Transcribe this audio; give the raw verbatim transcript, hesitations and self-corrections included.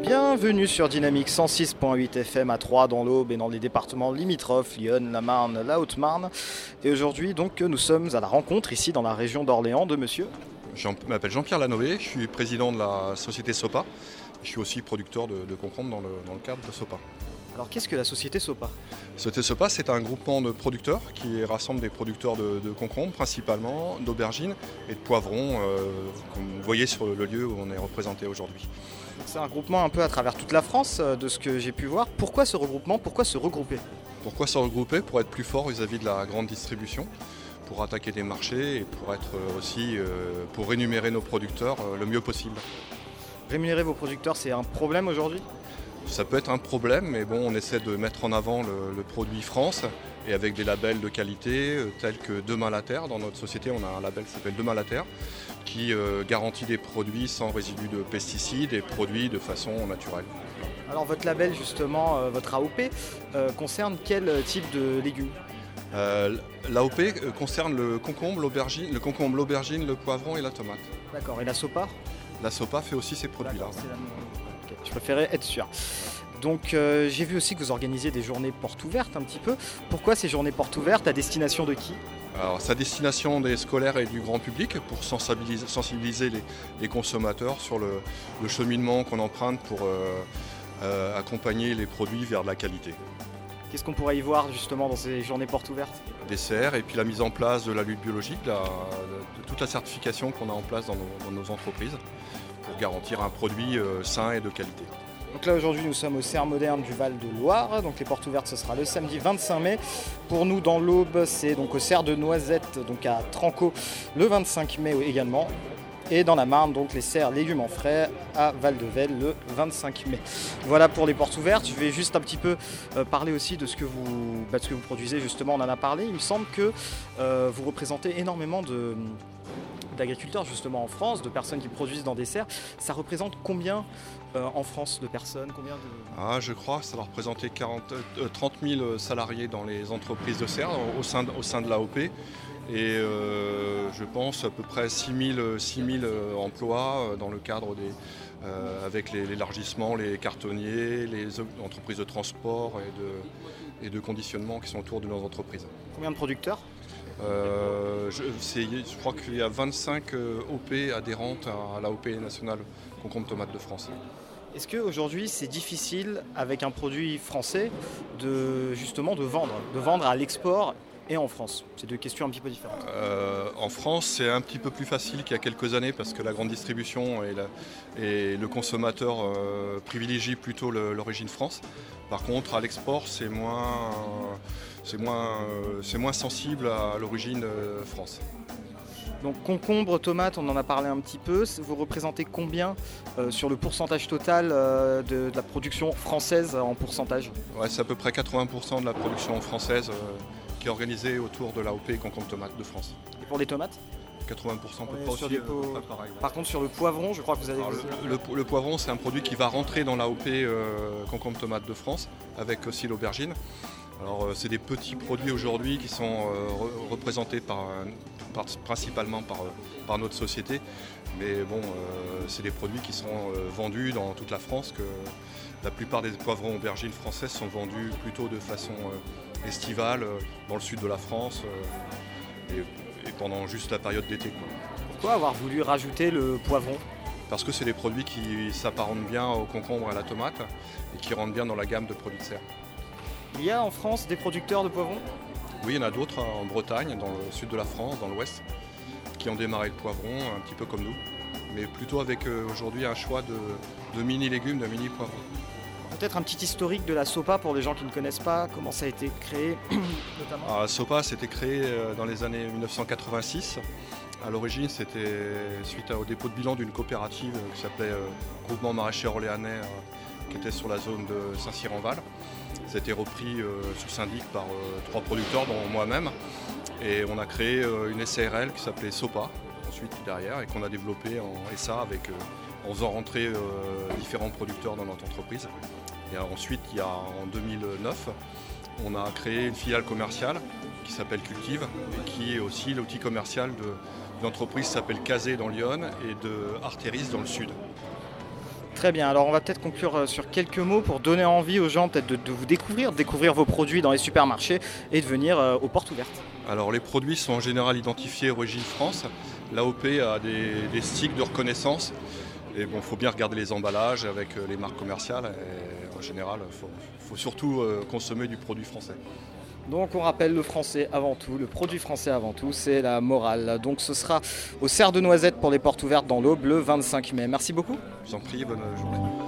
Bienvenue sur Dynamique cent six virgule huit F M à Troyes dans l'Aube et dans les départements limitrophes, Lyon, la Marne, la Haute-Marne. Et aujourd'hui, donc, nous sommes à la rencontre ici dans la région d'Orléans de monsieur. Je m'appelle Jean-Pierre Lanoé, je suis président de la société Sopa. Je suis aussi producteur de, de concombres dans le, dans le cadre de Sopa. Alors qu'est-ce que la société Sopa ? La société Sopa, c'est un groupement de producteurs qui rassemble des producteurs de, de concombres principalement, d'aubergines et de poivrons, euh, comme vous voyez sur le lieu où on est représenté aujourd'hui. C'est un groupement un peu à travers toute la France, de ce que j'ai pu voir. Pourquoi ce regroupement ? Pourquoi se regrouper ? Pourquoi se regrouper ? Pour être plus fort vis-à-vis de la grande distribution, pour attaquer des marchés et pour être aussi euh, pour rémunérer nos producteurs euh, le mieux possible. Rémunérer vos producteurs, c'est un problème aujourd'hui ? Ça peut être un problème, mais bon, on essaie de mettre en avant le, le produit France et avec des labels de qualité euh, tels que Demain la Terre. Dans notre société, on a un label qui s'appelle Demain la Terre qui euh, garantit des produits sans résidus de pesticides et produits de façon naturelle. Alors votre label, justement, euh, votre A O P, euh, concerne quel type de légumes ? euh, L'A O P concerne le concombre, l'aubergine, le concombre, l'aubergine, le poivron et la tomate. D'accord, et la Sopa ? La Sopa fait aussi ces produits-là. Okay, je préférais être sûr. Donc euh, j'ai vu aussi que vous organisiez des journées portes ouvertes un petit peu. Pourquoi ces journées portes ouvertes ? À destination de qui ? Alors, c'est à destination des scolaires et du grand public pour sensibiliser, sensibiliser les, les consommateurs sur le, le cheminement qu'on emprunte pour euh, euh, accompagner les produits vers de la qualité. Qu'est-ce qu'on pourrait y voir justement dans ces journées portes ouvertes ? Des serres et puis la mise en place de la lutte biologique, la, de toute la certification qu'on a en place dans nos, dans nos entreprises pour garantir un produit euh, sain et de qualité. Donc là aujourd'hui nous sommes au Serre moderne du Val de Loire, donc les portes ouvertes ce sera le samedi vingt-cinq mai. Pour nous dans l'Aube c'est donc au Serre de Noisette, donc à Tranco le vingt-cinq mai également. Et dans la Marne, donc les serres légumes en frais à Val-de-Velle le vingt-cinq mai. Voilà pour les portes ouvertes. Je vais juste un petit peu euh, parler aussi de ce que vous, bah, de ce que vous produisez justement, on en a parlé. Il me semble que euh, vous représentez énormément de, d'agriculteurs justement en France, de personnes qui produisent dans des serres. Ça représente combien euh, en France de personnes combien de... ah, Je crois que ça va représenter quarante, euh, trente mille salariés dans les entreprises de serres au sein de, au sein de l'A O P. Et euh, je pense à peu près six mille emplois dans le cadre des, euh, avec les, l'élargissement, les cartonniers, les entreprises de transport et de, et de conditionnement qui sont autour de nos entreprises. Combien de producteurs ? euh, je, c'est, je crois qu'il y a vingt-cinq O P adhérentes à l'A O P nationale Concombre Tomate de France. Est-ce qu'aujourd'hui c'est difficile avec un produit français de justement de vendre, de vendre à l'export et en France ? C'est deux questions un petit peu différentes. Euh, en France, c'est un petit peu plus facile qu'il y a quelques années parce que la grande distribution et, la, et le consommateur euh, privilégient plutôt le, l'origine France. Par contre, à l'export, c'est moins, c'est moins, euh, c'est moins sensible à l'origine euh, France. Donc concombre, tomate, on en a parlé un petit peu. Vous représentez combien euh, sur le pourcentage total euh, de, de la production française en pourcentage ? Ouais, c'est à peu près quatre-vingts pour cent de la production française. Euh, qui est organisé autour de l'A O P Concombre Tomate de France. Et pour les tomates ? quatre-vingts pour cent peut ouais, pas sur aussi, des pots... euh, pareil. Ouais. Par contre sur le poivron, je crois que vous avez... Alors, le, le, le poivron, c'est un produit qui va rentrer dans l'A O P euh, Concombre Tomate de France, avec aussi l'aubergine. Alors euh, c'est des petits produits aujourd'hui qui sont euh, re- représentés par, par, principalement par, par notre société. Mais bon, euh, c'est des produits qui sont euh, vendus dans toute la France, que la plupart des poivrons aubergines françaises sont vendus plutôt de façon euh, estivale euh, dans le sud de la France euh, et, et pendant juste la période d'été. Quoi. Pourquoi avoir voulu rajouter le poivron ? Parce que c'est des produits qui s'apparentent bien au concombre et à la tomate et qui rentrent bien dans la gamme de produits de serre. Il y a en France des producteurs de poivrons ? Oui, il y en a d'autres en Bretagne, dans le sud de la France, dans l'ouest, qui ont démarré le poivron un petit peu comme nous, mais plutôt avec euh, aujourd'hui un choix de, de mini-légumes, de mini-poivrons. Peut-être un petit historique de la Sopa pour les gens qui ne connaissent pas, comment ça a été créé notamment. Alors, la Sopa, c'était créé euh, dans les années dix-neuf cent quatre-vingt-six. À l'origine, c'était suite au dépôt de bilan d'une coopérative euh, qui s'appelait euh, Groupement Maraîcher Orléanais, euh, qui était sur la zone de Saint-Cyr-en-Val. Ça a été repris euh, sous syndic par euh, trois producteurs, dont moi-même. Et on a créé euh, une S A R L qui s'appelait Sopa, ensuite derrière, et qu'on a développé en S A avec, euh, en faisant rentrer euh, différents producteurs dans notre entreprise. Et ensuite, il y a, en deux mille neuf, on a créé une filiale commerciale qui s'appelle Cultive et qui est aussi l'outil commercial de, d'une entreprise qui s'appelle Cazé dans Lyon et de Artéris dans le sud. Très bien, alors on va peut-être conclure sur quelques mots pour donner envie aux gens peut-être de, de vous découvrir, de découvrir vos produits dans les supermarchés et de venir euh, aux portes ouvertes. Alors les produits sont en général identifiés Origine France. L'A O P a des, des sticks de reconnaissance. Et bon, il faut bien regarder les emballages avec les marques commerciales. Et en général, il faut, faut surtout euh, consommer du produit français. Donc on rappelle le français avant tout, le produit français avant tout, c'est la morale. Donc ce sera au Cerf de Noisettes pour les portes ouvertes dans l'Aube le vingt-cinq mai. Merci beaucoup. Je vous en prie, bonne journée.